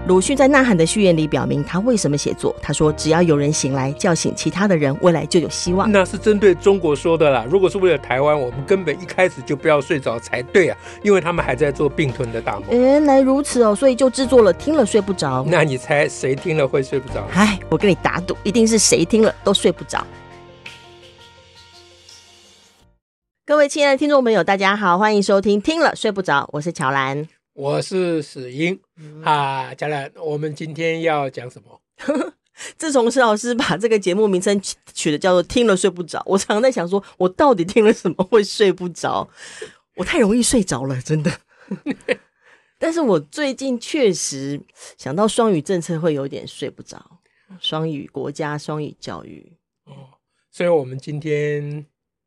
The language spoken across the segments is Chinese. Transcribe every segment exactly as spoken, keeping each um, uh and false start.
鲁迅在《呐喊》的序言里表明他为什么写作，他说只要有人醒来叫醒其他的人，未来就有希望。 那是针对中国说的啦，如果是为了台湾，我们根本一开始就不要睡着才对啊，因为他们还在做并吞的大梦。 原来如此哦，所以就制作了听了睡不着。 那你猜谁听了会睡不着？ 哎，我跟你打赌，一定是谁听了都睡不着。各位亲爱的听众朋友大家好，欢迎收听听了睡不着，我是乔兰， 我是史英、嗯、啊，嘉兰，我们今天要讲什么？ 自从施老师把这个节目名称取的叫做听了睡不着，我常常在想说我到底听了什么会睡不着，我太容易睡着了真的但是我最近确实想到双语政策会有点睡不着，双语国家双语教育、 哦、所以我们今天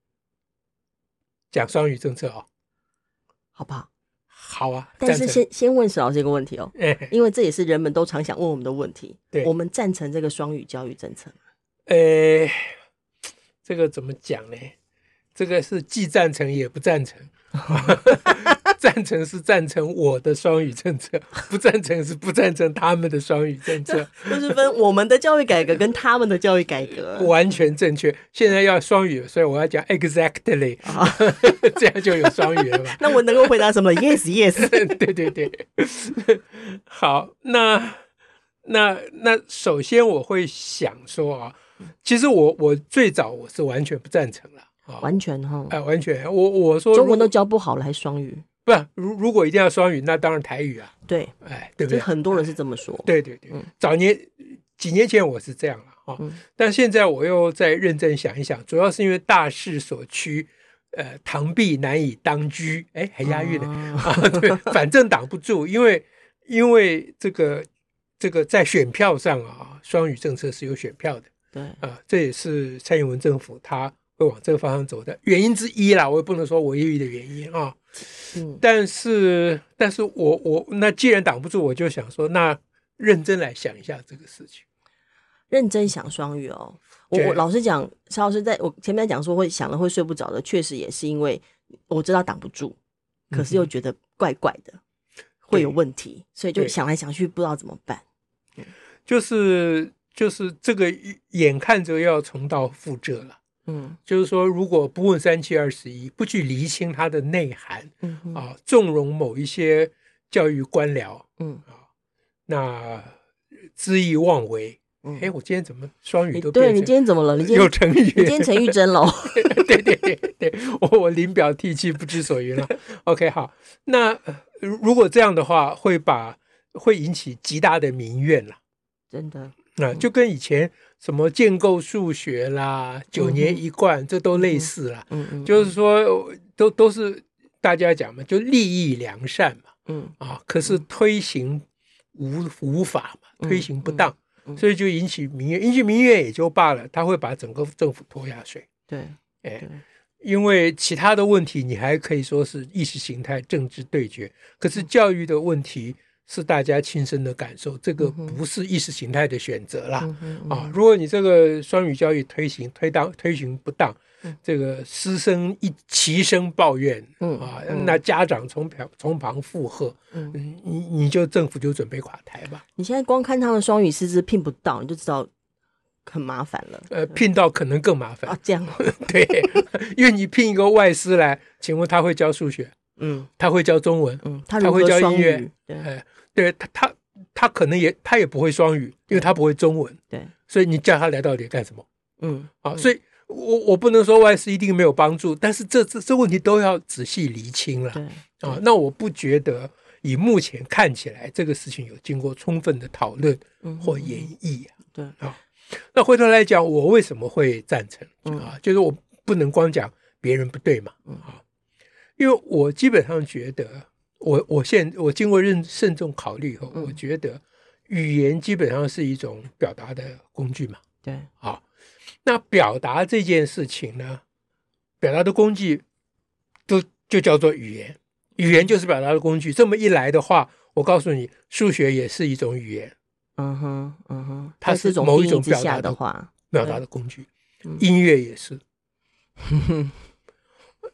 讲双语政策哦， 好不好？ 好啊， 但是先先问史老师一个问题哦、欸，因为这也是人们都常想问我们的问题。对，我们赞成这个双语教育政策吗？ 呃、欸，这个怎么讲呢？这个是既赞成也不赞成。赞成是赞成我的双语政策，不赞成是不赞成他们的双语政策， 就是分我们的教育改革跟他们的教育改革。 完全正确。现在要双语，所以我要讲 exactly， 这样就有双语了吧？ 那我能够回答什么 ？Yes, yes。 对对对。好，那那那首先我会想说啊，其实我我最早我是完全不赞成了。 完全哈、 哎，完全。我我说中文都教不好了，还双语？ 不，如如果一定要双语，那当然台语啊。 对， 哎，对不对？ 很多人是这么说。 对对对，嗯、早年几年前我是这样了哈、嗯，但现在我又再认真想一想，主要是因为大势所趋，呃，螳臂难以当车，哎，还押韵呢、哦、啊！对，反正挡不住，因为因为这个这个在选票上啊，双语政策是有选票的。 对啊、 呃，这也是蔡英文政府他会往这个方向走的原因之一啦，我也不能说唯一的原因啊。嗯，但是，但是我我那既然挡不住，我就想说，那认真来想一下这个事情。 认真想双语哦，我我老实讲，邵老师在我前面讲说会想了会睡不着的，确实也是因为我知道挡不住，可是又觉得怪怪的，嗯、会有问题，所以就想来想去不知道怎么办。 嗯、就是就是这个眼看着要重蹈覆辙了。嗯，就是说，如果不问三七二十一，不去厘清它的内涵，嗯啊，纵容某一些教育官僚，嗯啊，那恣意妄为。哎、嗯，我今天怎么双语都变成？ 对，你今天怎么了？你今天有成语， 你今天陈玉珍喽？ 对对对对，我我临表涕泣，不知所云了。OK， 好，那如果这样的话，会把会引起极大的民怨了， 真的。 那、嗯、就跟以前什么建构数学啦、九年一贯、嗯、这都类似啦。嗯嗯，就是说都都是大家讲嘛，就利益良善嘛。嗯啊，可是推行无无法嘛，推行不当，嗯嗯、所以就引起民怨，引起民怨也就罢了，他会把整个政府拖下水。 对， 哎，因为其他的问题你还可以说是意识形态政治对决，可是教育的问题是大家亲身的感受，这个不是意识形态的选择啦、嗯嗯、啊！如果你这个双语教育推行推当推行不当，嗯、这个师生一齐声抱怨、嗯、啊，嗯、那家长从旁从旁附和，嗯，你你就政府就准备垮台吧。 你现在光看他们双语师资聘不到，你就知道很麻烦了。 呃，聘到可能更麻烦啊，这样对，因为你聘一个外师来，请问他会教数学？嗯，他会教中文？嗯， 他他会教音乐？ 对。 哎对他，他他可能也他也不会双语，因为他不会中文， 对， 所以你叫他来到底干什么？ 嗯， 啊，嗯、所以我我不能说外事一定没有帮助，但是这这这问题都要仔细厘清了。 对啊，那我不觉得以目前看起来这个事情有经过充分的讨论或演绎、啊嗯、对啊，那回头来讲，我为什么会赞成、嗯、啊？就是我不能光讲别人不对嘛，啊，因为我基本上觉得。我我现我经过认慎重考虑以后、嗯，我觉得语言基本上是一种表达的工具嘛。 对， 好，那表达这件事情呢，表达的工具都就叫做语言，语言就是表达的工具。这么一来的话，我告诉你，数学也是一种语言。 嗯哼，嗯哼， 它是某一种表达的话， 表达的工具。音乐也是。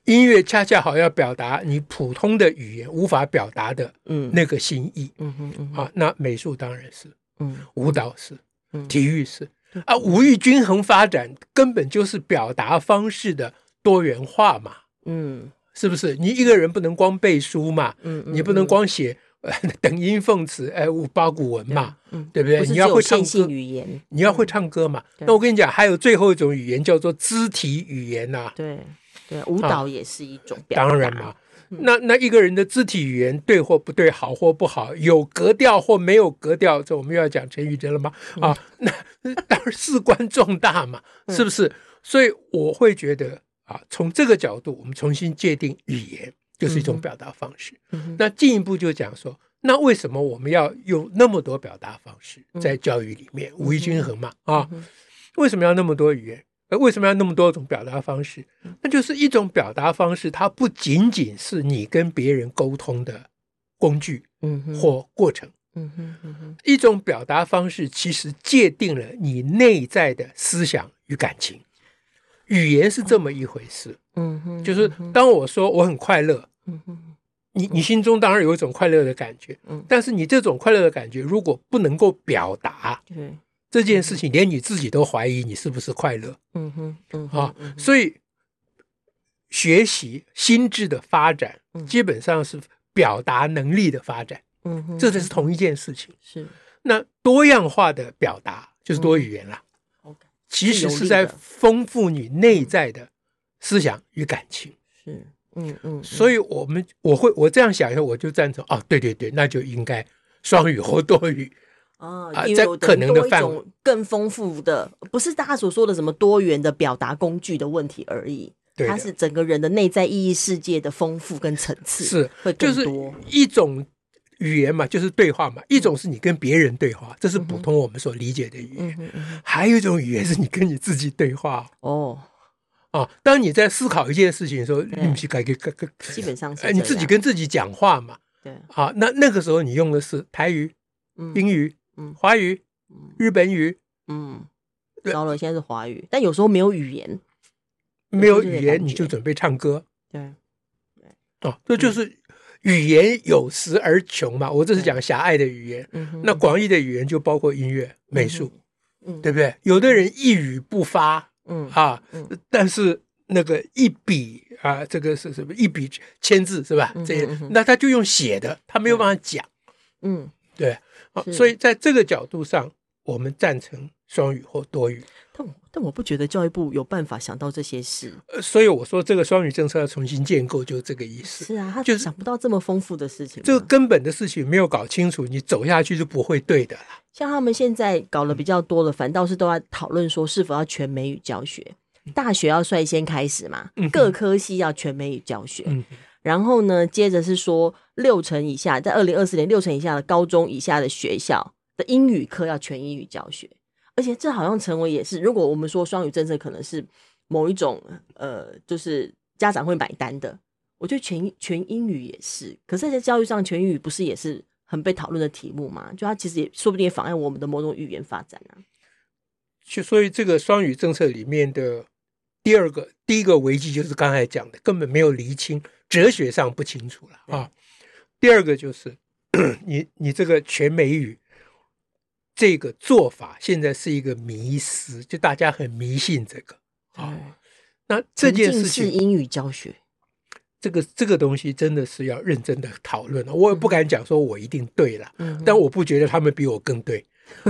音乐恰恰好要表达你普通的语言无法表达的那个心意。 嗯嗯嗯啊，那美术当然是， 嗯， 舞蹈是， 嗯体育是，啊，五育均衡发展根本就是表达方式的多元化嘛。 嗯， 是不是？你一个人不能光背书嘛， 嗯嗯， 你不能光写、呃、等音奉词，哎、呃，八股文嘛， 嗯， 对不对？ 不是你要会唱歌， 语言， 你要会唱歌嘛。嗯、那我跟你讲，还有最后一种语言叫做肢体语言呐、啊。 对对，舞蹈也是一种表达。 当然嘛，嗯、那那一个人的肢体语言对或不对，好或不好，有格调或没有格调，这我们又要讲陈玉珍了吗？嗯、啊，那当然事关重大嘛，是不是？嗯、所以我会觉得。啊，从这个角度，我们重新界定语言就是一种表达方式。嗯、那进一步就讲说，那为什么我们要用那么多表达方式在教育里面？五育均衡嘛，啊，为什么要那么多语言？呃，为什么要那么多种表达方式？那就是一种表达方式，它不仅仅是你跟别人沟通的工具或过程。嗯哼嗯哼，一种表达方式其实界定了你内在的思想与感情。语言是这么一回事，嗯哼，就是当我说我很快乐，嗯哼，你你心中当然有一种快乐的感觉，嗯，但是你这种快乐的感觉如果不能够表达，对这件事情，连你自己都怀疑你是不是快乐，嗯哼，嗯哼啊，所以学习心智的发展，基本上是表达能力的发展，嗯哼，这才是同一件事情，是那多样化的表达就是多语言啦。其实是在丰富你内在的思想与感情，是，嗯嗯，所以我们我会我这样想以后，我就赞成哦，对对对，那就应该双语或多语啊，在可能的范围更丰富的，不是大家所说的什么多元的表达工具的问题而已，它是整个人的内在意义世界的丰富跟层次是会更多， 就是一种。语言嘛，就是对话嘛。一种是你跟别人对话，这是普通我们所理解的语言。嗯嗯、还有一种语言是你跟你自己对话。哦，啊，当你在思考一件事情的时候，你是该该该基本上是、 哎、你自己跟自己讲话嘛。对，啊，那那个时候你用的是台语、嗯、英语、嗯、华语、嗯、日本语。 嗯，糟了，现在是华语，但有时候没有语言， 没有语言你就准备唱歌。 对， 对，哦，这就是。嗯语言有时而穷嘛，我这是讲狭隘的语言，嗯、那广义的语言就包括音乐、美术，嗯、对不对？有的人一语不发，嗯啊，嗯、但是那个一笔啊，这个是什么？一笔签字是吧？嗯、这那他就用写的，他没有办法讲，嗯，对，啊，所以在这个角度上，我们赞成双语或多语。 但我但我不觉得教育部有办法想到这些事， 呃、所以我说这个双语政策要重新建构，就是这个意思。 是啊，他就想不到这么丰富的事情， 这个根本的事情没有搞清楚，你走下去就不会对的啦。 像他们现在搞了比较多的，反倒是都在讨论说是否要全美语教学，大学要率先开始嘛，嗯、各科系要全美语教学。嗯、然后呢，接着是说六成以下，在二零二四年六成以下的高中以下的学校的英语课要全英语教学。而且这好像成为也是，如果我们说双语政策可能是某一种呃，就是家长会买单的，我觉得全全英语也是。可是在教育上，全英语不是也是很被讨论的题目吗？就它其实也说不定也妨碍我们的某种语言发展啊。 就所以这个双语政策里面的第二个、第一个危机就是刚才讲的，根本没有厘清，哲学上不清楚了啊。第二个就是你你这个全美语。这个做法现在是一个迷思，就大家很迷信这个啊。那这件事情， 沉浸式英语教学， 这个这个东西真的是要认真的讨论了。我也不敢讲说我一定对了，嗯、但我不觉得他们比我更对。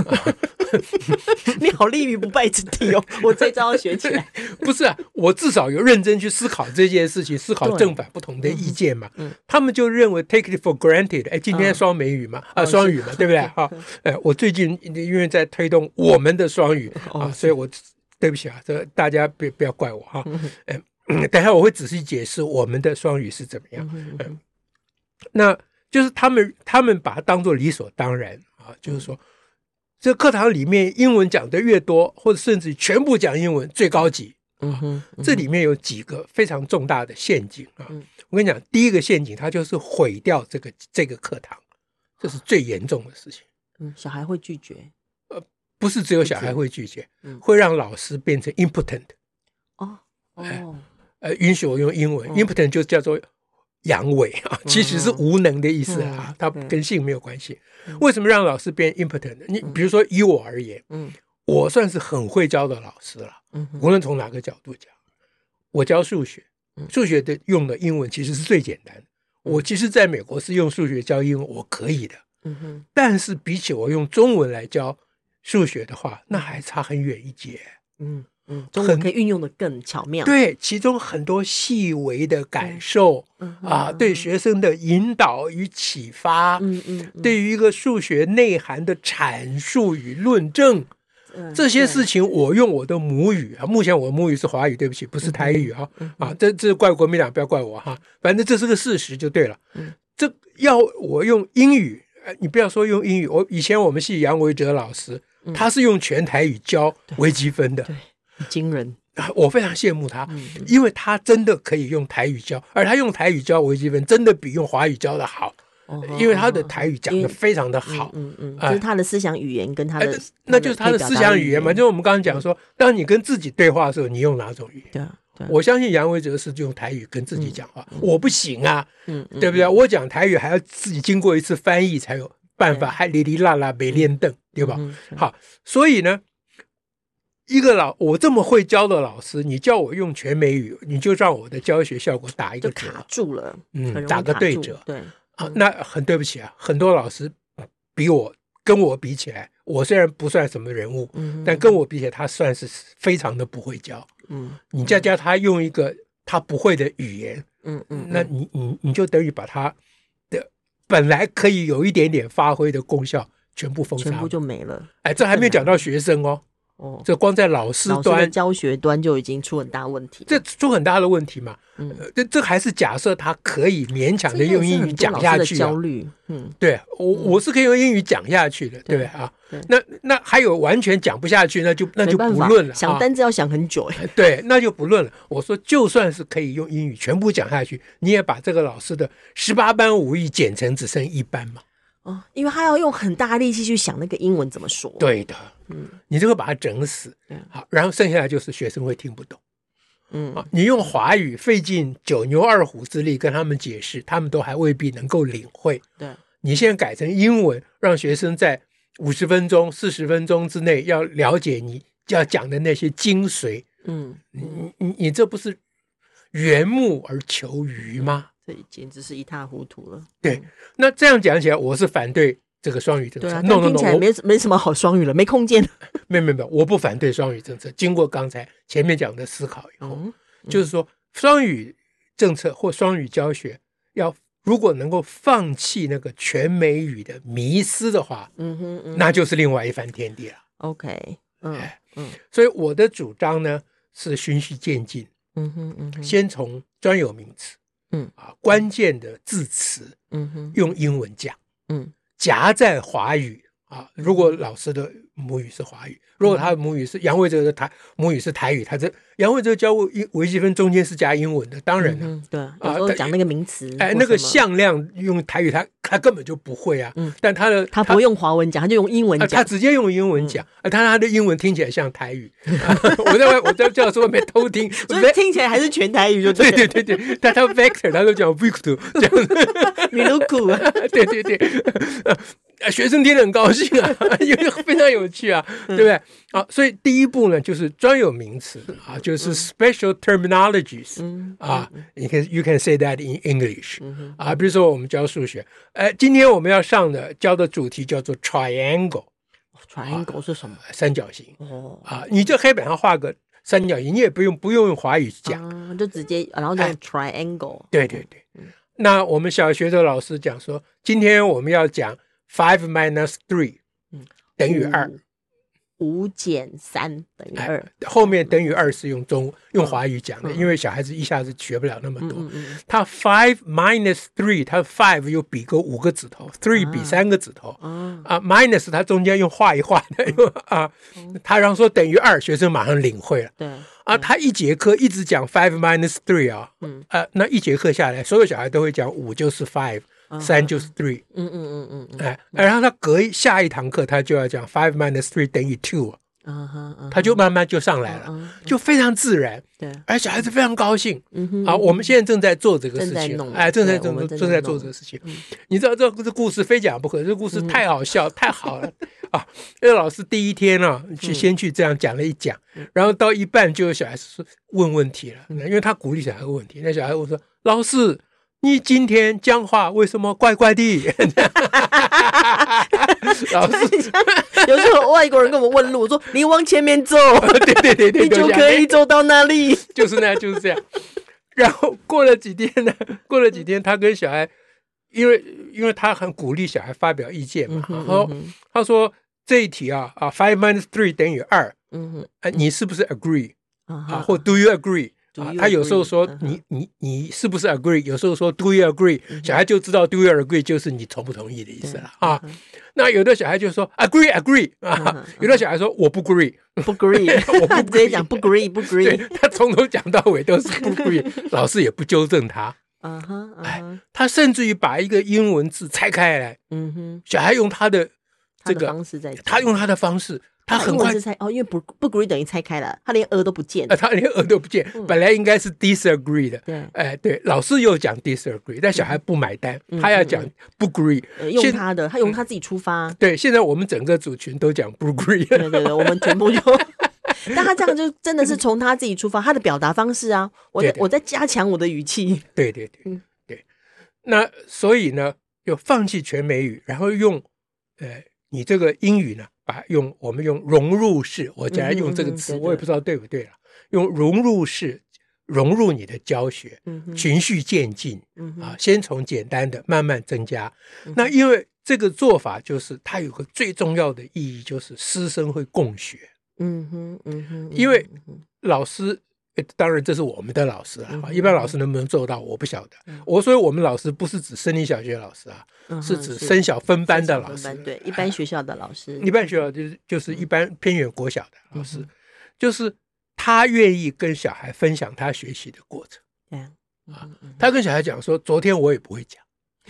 你好立于不败之地哦！我这招要学起来。 不是啊，我至少有认真去思考这件事情，思考正反不同的意见嘛。嗯、他们就认为 take it for granted， 哎，今天双美语嘛，嗯、啊，双语嘛，对不对？哈、哎，我最近因为在推动我们的双语、哦、啊，所以我对不起啊，这大家别不要怪我哈。嗯嗯、等一下我会仔细解释我们的双语是怎么样。嗯嗯、那就是他们他们把它当作理所当然啊，就是说。这课堂里面英文讲的越多，或者甚至全部讲英文最高级、啊嗯哼嗯、这里面有几个非常重大的陷阱啊！嗯、我跟你讲，第一个陷阱它就是毁掉这个这个课堂，这是最严重的事情。 嗯，小孩会拒绝， 呃，不是只有小孩会拒绝，嗯、会让老师变成 impotent。 哦哦， 呃允许我用英文、嗯、impotent 就叫做阳痿啊，其实是无能的意思啊，嗯、它跟性没有关系。嗯、为什么让老师变 impotent 呢？你比如说以我而言，嗯，我算是很会教的老师了，嗯，无论从哪个角度讲，我教数学，数学的用的英文其实是最简单的。我其实在美国是用数学教英文，我可以的，嗯哼，但是比起我用中文来教数学的话，那还差很远一截，嗯。 嗯，中文可以运用的更巧妙。 对，其中很多细微的感受、嗯、啊，嗯、对学生的引导与启发，嗯嗯嗯、对于一个数学内涵的阐述与论证，嗯、这些事情我用我的母语啊，目前我的母语是华语，对不起，不是台语啊，嗯、啊，这这怪国民党，不要怪我哈，反正这是个事实就对了。嗯、这要我用英语，你不要说用英语，我以前我们系杨维哲老师，嗯、他是用全台语教微积分的。 对，惊人， 我非常羡慕他，嗯、因为他真的可以用台语教，而他用台语教微积分真的比用华语教的好，哦、因为他的台语讲的非常的好， 嗯嗯，嗯就是他的思想语言跟他的，呃、 那就是他的思想语言嘛，就是我们刚刚讲说，当你跟自己对话的时候，你用哪种语言？对啊，对啊，我相信杨维哲是用台语跟自己讲话，嗯、我不行啊，嗯、对不对？我讲台语还要自己经过一次翻译才有办法，还哩哩啦啦没练凳，对吧？嗯、好，所以呢。一个老我这么会教的老师，你叫我用全美语，你就让我的教学效果打一个折， 就卡住了， 嗯，打个对折， 对啊，那很对不起啊，很多老师比我跟我比起来，我虽然不算什么人物，嗯、但跟我比起来，他算是非常的不会教，嗯，你再叫他用一个他不会的语言，嗯嗯，那你你你就等于把他的本来可以有一点点发挥的功效全部封杀， 全部就没了， 哎，这还没有讲到学生哦。哦，这光在老师端、 老师的教学端就已经出很大问题， 这出很大的问题嘛。嗯，呃、这这还是假设他可以勉强的用英语讲下去、啊。 焦虑，嗯， 对我我是可以用英语讲下去的，对不对啊？那那还有完全讲不下去，那就那就不论了。 想单字要想很久哎、 啊。对，那就不论了。我说，就算是可以用英语全部讲下去，你也把这个老师的十八般武艺减成只剩一般嘛。 哦，因为他要用很大力气去想那个英文怎么说。 对的，嗯，你这个把它整死，嗯，好，然后剩下来就是学生会听不懂，嗯，啊，你用华语费尽九牛二虎之力跟他们解释，他们都还未必能够领会。对，你现在改成英文，让学生在五十分钟、四十分钟之内要了解你要讲的那些精髓，嗯，你你你这不是缘木而求鱼吗？ 这简直是一塌糊涂了。 对，那这样讲起来，我是反对这个双语政策。 对啊， no, no, no, 听起来没没什么好双语了，没空间。 没有没有，我不反对双语政策。经过刚才前面讲的思考以后，嗯嗯、就是说双语政策或双语教学，要如果能够放弃那个全美语的迷思的话，嗯哼嗯哼，那就是另外一番天地了。 OK， 嗯嗯， 所以我的主张呢是循序渐进，嗯哼嗯哼，先从专有名词。嗯啊，关键的字词，嗯哼，用英文讲，嗯，夹在华语啊。如果老师的母语是华语，如果他的母语是杨维哲的台母语是台语，他这杨维哲教过微积分中间是加英文的，当然了， 嗯、对，有时候讲那个名词， 哎，那个向量用台语他他根本就不会啊，嗯，但他的他不用华文讲，他就用英文讲， 啊、他直接用英文讲，啊，他他的英文听起来像台语，啊、我在外我在教室外面偷听， 所以听起来还是全台语就对， 对对对对，但他 vector 他都讲 vector 这样子， 米鲁库， 对对对。学生听得很高兴啊，因为非常有趣啊，对不对？啊，所以第一步呢，就是专有名词啊，就是 special terminologies、嗯、啊，你可以 you can say that in English、嗯、啊，比如说我们教数学，呃，今天我们要上的教的主题叫做 triangle。triangle 是什么？ 三角形。哦啊，你这黑板上画个三角形，你也不用不用用华语讲， 啊、就直接然后就 triangle、哎。 对对对、嗯。那我们小学的老师讲说，今天我们要讲。five minus three、嗯、等于二， 五减三等于二、 哎，后面等于二是用中用华语讲的、嗯，因为小孩子一下子学不了那么多。嗯嗯嗯、他 five minus three， 他 five 又比个五个指头 ，three 比三个指头，啊, 啊 minus 他中间用画一画的，嗯、啊，他然后说等于二，学生马上领会了。对。啊，他一节课一直讲 five minus three 啊，嗯，啊，那一节课下来，所有小孩都会讲五就是 five。三就是 three， 嗯嗯嗯嗯，哎，然后他隔下一堂课他就要讲 five minus three 等于 two， 嗯哼，嗯他就慢慢就上来了， 嗯就非常自然。 对， 而小孩子非常高兴。 嗯哼， 啊，我们现在正在做这个事情， 正在弄哎，正在正对我们正在正在做弄这个事情嗯。 你知道这这故事非讲不可，这故事太好笑，太好了啊！那个老师第一天啊，去先去这样讲了一讲，然后到一半就有小孩子问问题了，因为他鼓励小孩问问题，那小孩问说：“老师，你今天讲话为什么怪怪的？”老师有时候外国人跟我们问路，我说你往前面走， 对对对对， 你就可以走到那里。 就是那样，就是这样。然后过了几天呢？过了几天，他跟小孩，因为因为他很鼓励小孩发表意见嘛，然后他说这一题啊啊 ，five minus three 等于二，嗯哼，啊，你是不是 agree 啊？或 do you agree？啊，他有时候说你你你是不是 agree？ 有时候说 do you agree？ 小孩就知道 do you agree 就是你同不同意的意思了啊。那有的小孩就说 agree agree 啊，有的小孩说我不 agree 不 agree， 我不直接讲不 agree 不 agree， 他从头讲到尾都是不 agree， 老师也不纠正他。 嗯哼， 哎，他甚至于把一个英文字拆开来，嗯哼，小孩用他的这个方式在， 他用他的方式。他很快拆哦，因为不不 agree 等于拆开了，他连额都不见了， 呃、他连额都不见，嗯、本来应该是 disagree 的， 对， 哎，对，老师又讲 disagree， 但小孩不买单，嗯、他要讲不 agree，、 嗯、用他的，他用他自己出发， 对，现在我们整个组群都讲不 agree， 对对对，我们全部就，但他这样就真的是从他自己出发，他的表达方式啊，我在对对我在加强我的语气， 对对对，嗯、对，那所以呢，就放弃全美语，然后用呃你这个英语呢。把用我们用融入式，我将来用这个词，嗯、我也不知道对不对了。用融入式融入你的教学，嗯、循序渐进、嗯、啊，先从简单的慢慢增加。嗯、那因为这个做法就是它有个最重要的意义，就是师生会共学。嗯哼，嗯哼，因为老师。当然这是我们的老师啊，嗯、一般老师能不能做到我不晓得。嗯、我说我们老师不是指森林小学老师啊，嗯、是指升小分班的老师， 对，一般学校的老师， 一般学校就是就是一般偏远国小的老师，嗯、就是他愿意跟小孩分享他学习的过程。嗯啊，他跟小孩讲说，昨天我也不会讲。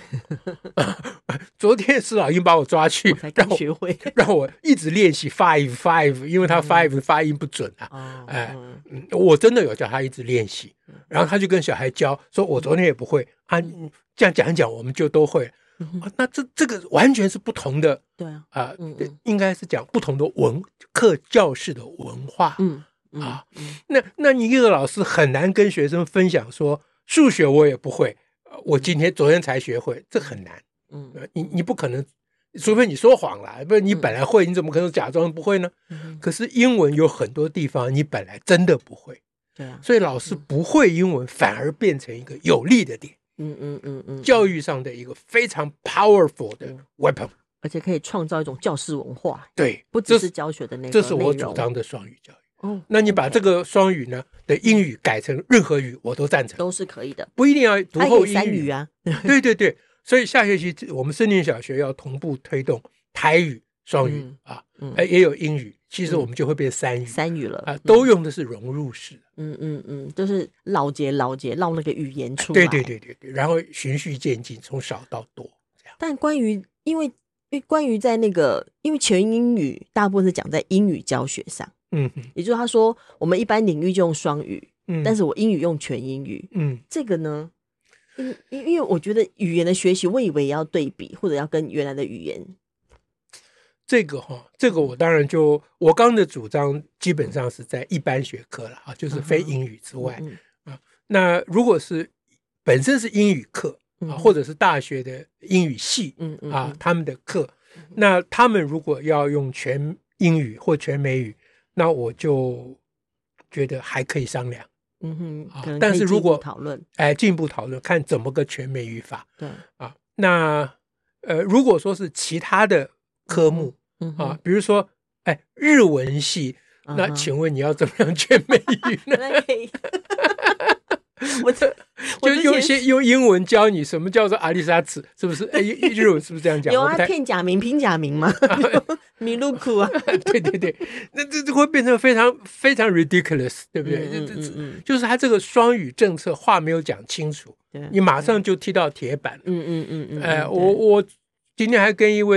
昨天石老鹰把我抓去， 我让我学会， 让我一直练习 five five， 因为他 five 发音不准啊。嗯哎嗯、我真的有叫他一直练习，然后他就跟小孩教，说我昨天也不会啊，这样讲一讲我们就都会了。嗯啊、那这这个完全是不同的，对啊，呃嗯嗯、应该是讲不同的文课教室的文化。嗯嗯、啊，嗯、那那你一个老师很难跟学生分享说数学我也不会。我今天昨天才学会，这很难。嗯，你你不可能，除非你说谎了，不然你本来会，你怎么可能假装不会呢？嗯、可是英文有很多地方你本来真的不会，对啊，所以老师不会英文反而变成一个有利的点。嗯嗯嗯嗯，教育上的一个非常 powerful 的 weapon，、嗯、 而且可以创造一种教师文化。 对， 不只是教学的那个这是我主张的双语教育。哦，那你把这个双语呢的英语改成任何语，我都赞成， 都是可以的， 不一定要读后英语。 三语啊，对对对，所以下学期我们森林小学要同步推动台语双语、嗯、啊，嗯、也有英语，其实我们就会变三语， 三语了啊，都用的是融入式， 嗯嗯嗯，就是老节老节绕那个语言出来， 对对对对对，然后循序渐进，从少到多这样。 但关于因为因为关于在那个因为全英语大部分是讲在英语教学上。嗯，也就是他说，我们一般领域就用双语，嗯，但是我英语用全英语，嗯，这个呢，因因为我觉得语言的学习，我以为也要对比，或者要跟原来的语言。 这个哈，这个我当然就我刚的主张基本上是在一般学科了啊，就是非英语之外、嗯嗯、啊。那如果是本身是英语课啊，嗯、或者是大学的英语系，嗯嗯啊，他们的课，那他们如果要用全英语或全美语。那我就觉得还可以商量，嗯哼，啊、但是如果讨论， 哎，进一步讨论看怎么个全美语法，对啊，那呃，如果说是其他的科目、嗯、啊，比如说哎日文系，嗯、那请问你要怎么样全美语呢？我就用些用英文教你什么叫做阿里沙子，是不是？哎，日文是不是这样讲？ 有啊，片假名、平假名嘛，米露库啊， 对对对，那这这会变成非常非常 ridiculous， 对不对？嗯嗯嗯，就是他这个双语政策话没有讲清楚，你马上就踢到铁板。嗯嗯嗯嗯，哎，我我今天还跟一位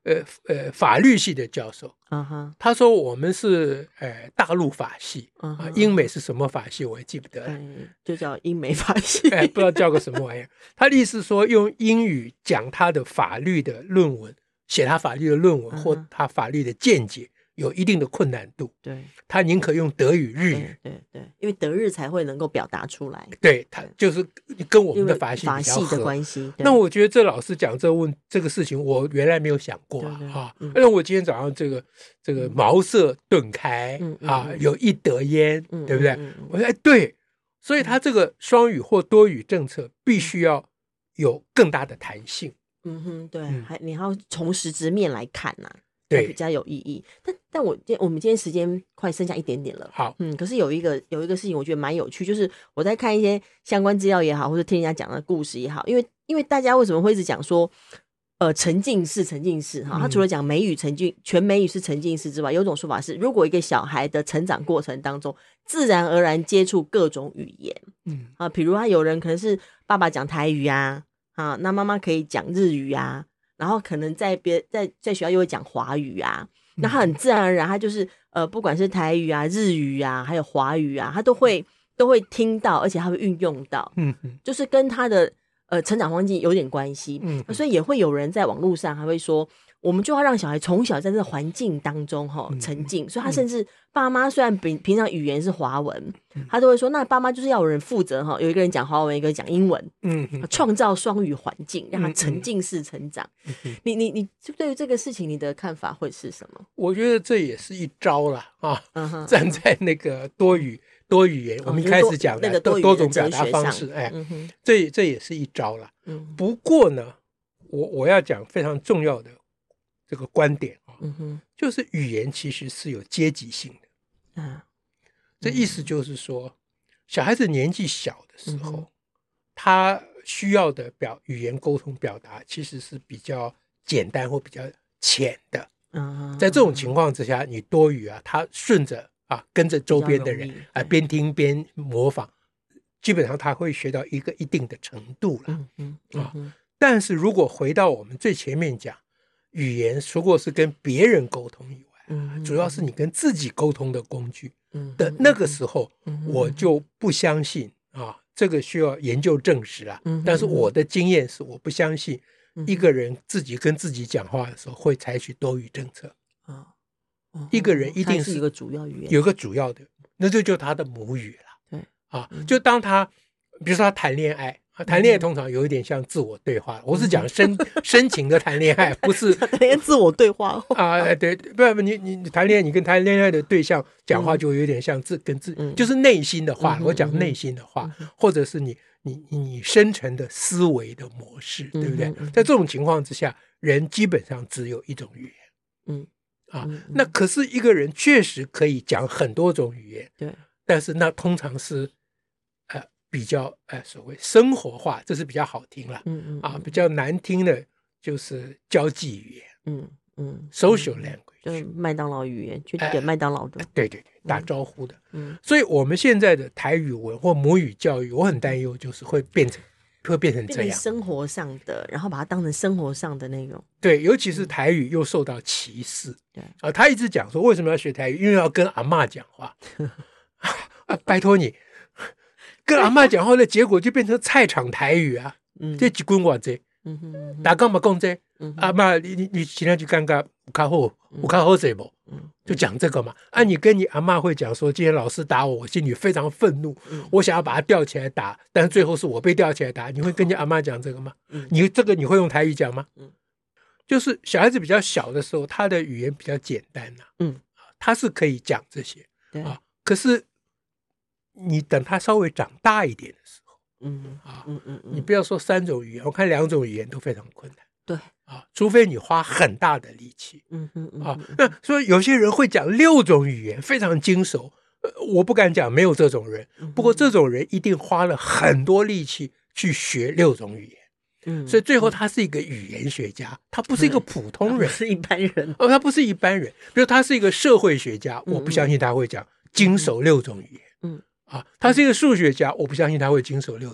呃呃法律系的教授， 嗯哼， 他说我们是呃大陆法系嗯哼啊，英美是什么法系我也记不得了， 嗯，就叫英美法系， 哎，不知道叫个什么玩意儿。他的意思说，用英语讲他的法律的论文，写他法律的论文、 嗯哼或他法律的见解，有一定的困难度。 对他宁可用德语、日对语， 对对，因为德日才会能够表达出来， 对他就是跟我们因为的法系法系的比较合。 关系。对那我觉得这老师讲这问这个事情，我原来没有想过啊。 对对啊嗯那我今天早上这个这个茅塞顿开、 嗯嗯啊， 嗯有一得烟， 嗯对不对？ 嗯嗯嗯我说哎，对，所以他这个双语或多语政策必须要有更大的弹性。 嗯哼，对， 嗯还你要从实质面来看呐、 对才比较有意义。但但我今我们今天时间快剩下一点点了， 好， 嗯，可是有一个有一个事情，我觉得蛮有趣，就是我在看一些相关资料也好，或者听人家讲的故事也好，因为因为大家为什么会一直讲说，呃，沉浸式沉浸式哈， 嗯他除了讲美语沉浸全美语是沉浸式之外，有一种说法是，如果一个小孩的成长过程当中，自然而然接触各种语言嗯啊，比如他有人可能是爸爸讲台语啊，啊，那妈妈可以讲日语啊。然后可能在别在在学校又会讲华语啊，那他很自然而然，他就是呃，不管是台语啊、日语啊，还有华语啊，他都会都会听到，而且他会运用到， 嗯嗯就是跟他的呃成长环境有点关系。 嗯所以也会有人在网络上还会说，我们就要让小孩从小在这个环境当中哈、 嗯沉浸，所以他甚至爸妈虽然平平常语言是华文， 嗯他都会说，那爸妈就是要有人负责哈，有一个人讲华文，一个讲英文， 嗯嗯创造双语环境，让他嗯沉浸式成长。 嗯嗯你你你对于这个事情，你的看法会是什么？ 我觉得这也是一招啦啊。 嗯哼， 站在那个多语多语言，我们一开始讲的那个多语多言的种表达哲学上方式，哎， 嗯哼， 这这也是一招啦。 嗯不过呢，我我要讲非常重要的这个观点啊， 嗯哼， 就是语言其实是有阶级性的。 啊， 这意思就是说，小孩子年纪小的时候， 嗯哼他需要的表语言沟通表达其实是比较简单或比较浅的。 嗯， 在这种情况之下，你多语啊，他顺着啊跟着周边的人比较容易啊对边听边模仿，基本上他会学到一个一定的程度了。 嗯嗯嗯嗯但是如果回到我们最前面讲，语言如果是跟别人沟通以外， 嗯， 主要是你跟自己沟通的工具嗯的那个时候， 嗯我就不相信啊，这个需要研究证实啦。 嗯但是我的经验是，我不相信嗯一个人自己跟自己讲话的时候会采取多语政策。 啊，嗯一个人一定是它是一个主要语言， 有个主要的，那就就他的母语了。 对啊嗯， 就当他比如说他谈恋爱。啊谈恋爱通常有一点像自我对话，我是讲深深情的谈恋爱，不是连自我对话哦啊，对，不不，你你你谈恋爱，你跟谈恋爱的对象讲话就有点像自跟自， 嗯就是内心的话， 嗯哼我讲内心的话， 嗯哼或者是你你你你深层的思维的模式，对不对嗯哼嗯哼？ 在这种情况之下，人基本上只有一种语言嗯啊嗯嗯。 那可是一个人确实可以讲很多种语言， 对， 但是那通常是呃比较呃所谓生活化，这是比较好听了嗯嗯啊，比较难听的就是交际语言嗯嗯 （social 嗯 language）。 就是麦当劳语言，去哎点麦当劳的， 对对对，打招呼的。 嗯所以我们现在的台语文或母语教育，我很担忧，就是会变成会变成变成这样。 生活上的，然后把它当成生活上的内容， 对，尤其是台语又受到歧视。 对啊，他一直讲说为什么要学台语，因为要跟阿嬷讲话。啊，拜托你，跟阿嬷讲话的结果就变成菜场台语啊， 嗯这几棍我这， 嗯哼嗯哼打干嘛讲这？ 嗯哼阿嬷，你你你今天去尴尬，有较好，有较好这不？ 嗯就讲这个嘛。啊，你跟你阿嬷会讲说，今天老师打我，我心里非常愤怒， 嗯我想要把他吊起来打，但是最后是我被吊起来打。你会跟你阿嬷讲这个吗？ 嗯你这个你会用台语讲吗？ 嗯就是小孩子比较小的时候，他的语言比较简单呐、 嗯， 他是可以讲这些对， 啊。可是你等他稍微长大一点的时候嗯啊， 嗯嗯嗯， 你不要说三种语言，我看两种语言都非常困难对， 啊，除非你花很大的力气。 嗯哼嗯啊，那所以有些人会讲六种语言，非常精熟。呃，我不敢讲没有这种人， 嗯不过这种人一定花了很多力气去学六种语言， 嗯， 所以最后他是一个语言学家，他不是一个普通人， 不是一般人， 哦，他不是一般人。比如他是一个社会学家， 嗯我不相信他会讲经熟六种语言。 嗯啊，他是一个数学家，我不相信他会经熟六种语言。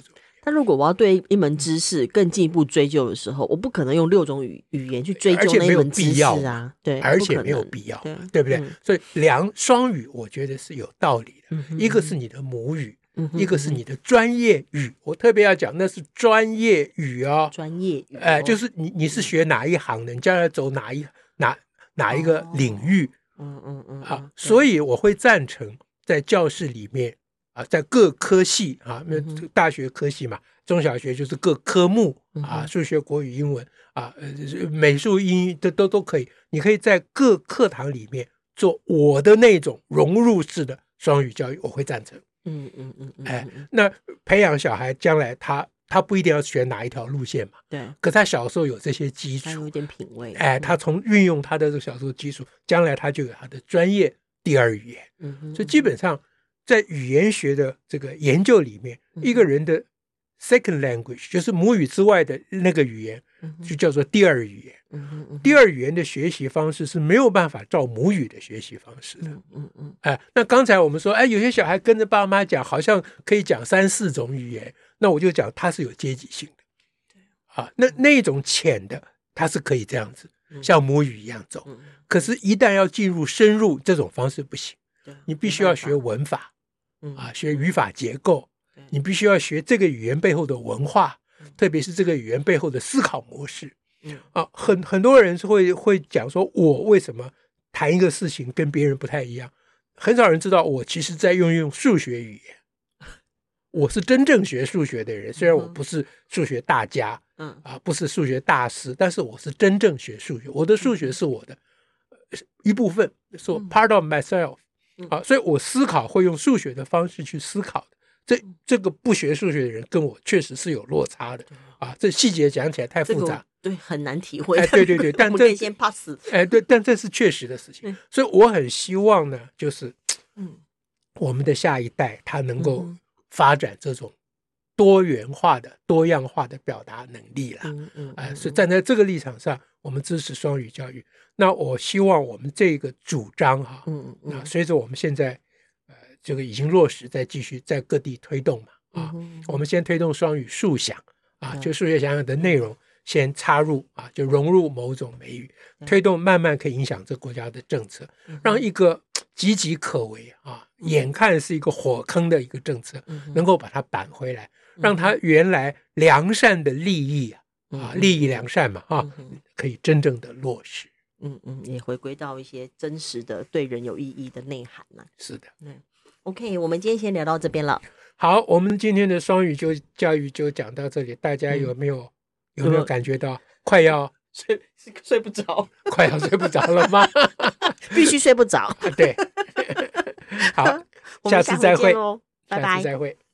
但如果我要对一门知识更进一步追究的时候，我不可能用六种语语言去追究那一门知识啊，对， 而且没有必要， 对， 对不对？ 嗯、 所以良双语，我觉得是有道理的。 嗯、 一个是你的母语。 嗯、 一个是你的专业语，我特别要讲，那是专业语哦， 专业语， 哎、呃，就是你你是学哪一行的，你将来走哪一哪哪一个领域， 嗯嗯嗯啊，所以我会赞成在教室里面啊，在各科系啊，那大学科系嘛，中小学就是各科目啊，数学、国语、英文啊，呃，美术、英语都都都可以，你可以在各课堂里面做我的那种融入式的双语教育，我会赞成。 嗯嗯嗯嗯， 哎，那培养小孩将来他他不一定要选哪一条路线嘛， 对， 可他小时候有这些基础， 他有点品味， 哎，他从运用他的这个小时候基础，将来他就有他的专业第二语言。 嗯哼， 所以基本上在语言学的这个研究里面， 嗯、 一个人的 second language 就是母语之外的那个语言，就叫做第二语言。 嗯哼嗯哼， 第二语言的学习方式是没有办法照母语的学习方式的。 嗯嗯嗯， 哎，那刚才我们说，哎，有些小孩跟着爸妈讲，好像可以讲三四种语言，那我就讲他是有阶级性的。啊，那那种浅的，它是可以这样子，像母语一样走。可是，一旦要进入深入，这种方式不行。你必须要学文法，啊，学语法结构，你必须要学这个语言背后的文化，特别是这个语言背后的思考模式。啊，很很多人是会会讲说，我为什么谈一个事情跟别人不太一样？很少人知道，我其实在运用数学语言。我是真正学数学的人，虽然我不是数学大家，嗯啊，不是数学大师，但是我是真正学数学。我的数学是我的一部分，是我 part of myself。啊，所以我思考会用数学的方式去思考的。这这个不学数学的人跟我确实是有落差的啊，这细节讲起来太复杂， 这个、对，很难体会。 哎，对对对，但这我们可以先 pass。 哎，对，但这是确实的事情。嗯、所以我很希望呢，就是嗯，我们的下一代他能够发展这种多元化的、多样化的表达能力了。嗯嗯，哎、呃，所以站在这个立场上，我们支持双语教育。那我希望我们这个主张哈，嗯嗯，那随着我们现在呃这个已经落实，再继续在各地推动嘛，啊，嗯、我们先推动双语数想啊，就数学想想的内容先插入啊，就融入某种美语，推动慢慢可以影响这国家的政策，让一个岌岌可危啊，眼看是一个火坑的一个政策，能够把它扳回来，让它原来良善的利益啊，啊，利益良善嘛啊，可以真正的落实。 嗯嗯，也回归到一些真实的对人有意义的内涵了。 是的， 嗯 ，OK， 我们今天先聊到这边了。 好，我们今天的双语就教育就讲到这里，大家有没有、嗯、有没有感觉到快要睡睡不着， 快要睡不着了吗？ 必须睡不着。 对，好，下次再会， 拜拜， 下次再会。